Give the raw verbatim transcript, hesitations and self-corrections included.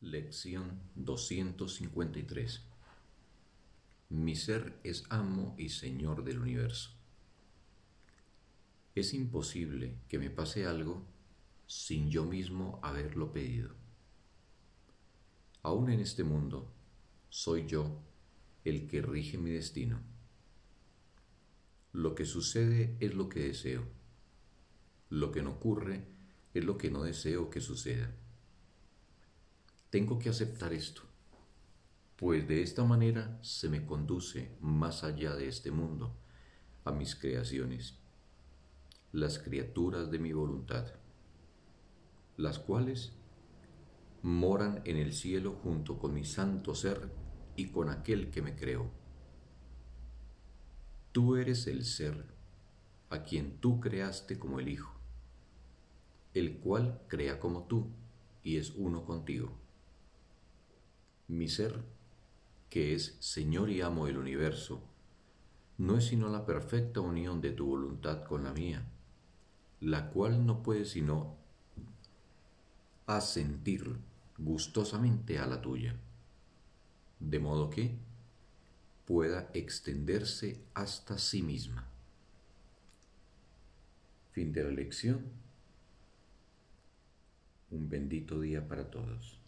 Lección doscientos cincuenta y tres. Mi ser es amo y señor del universo. Es imposible que me pase algo sin yo mismo haberlo pedido. Aún en este mundo, soy yo el que rige mi destino. Lo que sucede es lo que deseo. Lo que no ocurre es lo que no deseo que suceda. Tengo que aceptar esto, pues de esta manera se me conduce más allá de este mundo, a mis creaciones, las criaturas de mi voluntad, las cuales moran en el cielo junto con mi santo ser y con aquel que me creó. Tú eres el ser a quien tú creaste como el Hijo, el cual crea como tú y es uno contigo. Mi ser, que es Señor y amo del universo, no es sino la perfecta unión de tu voluntad con la mía, la cual no puede sino asentir gustosamente a la tuya, de modo que pueda extenderse hasta sí misma. Fin de la lección. Un bendito día para todos.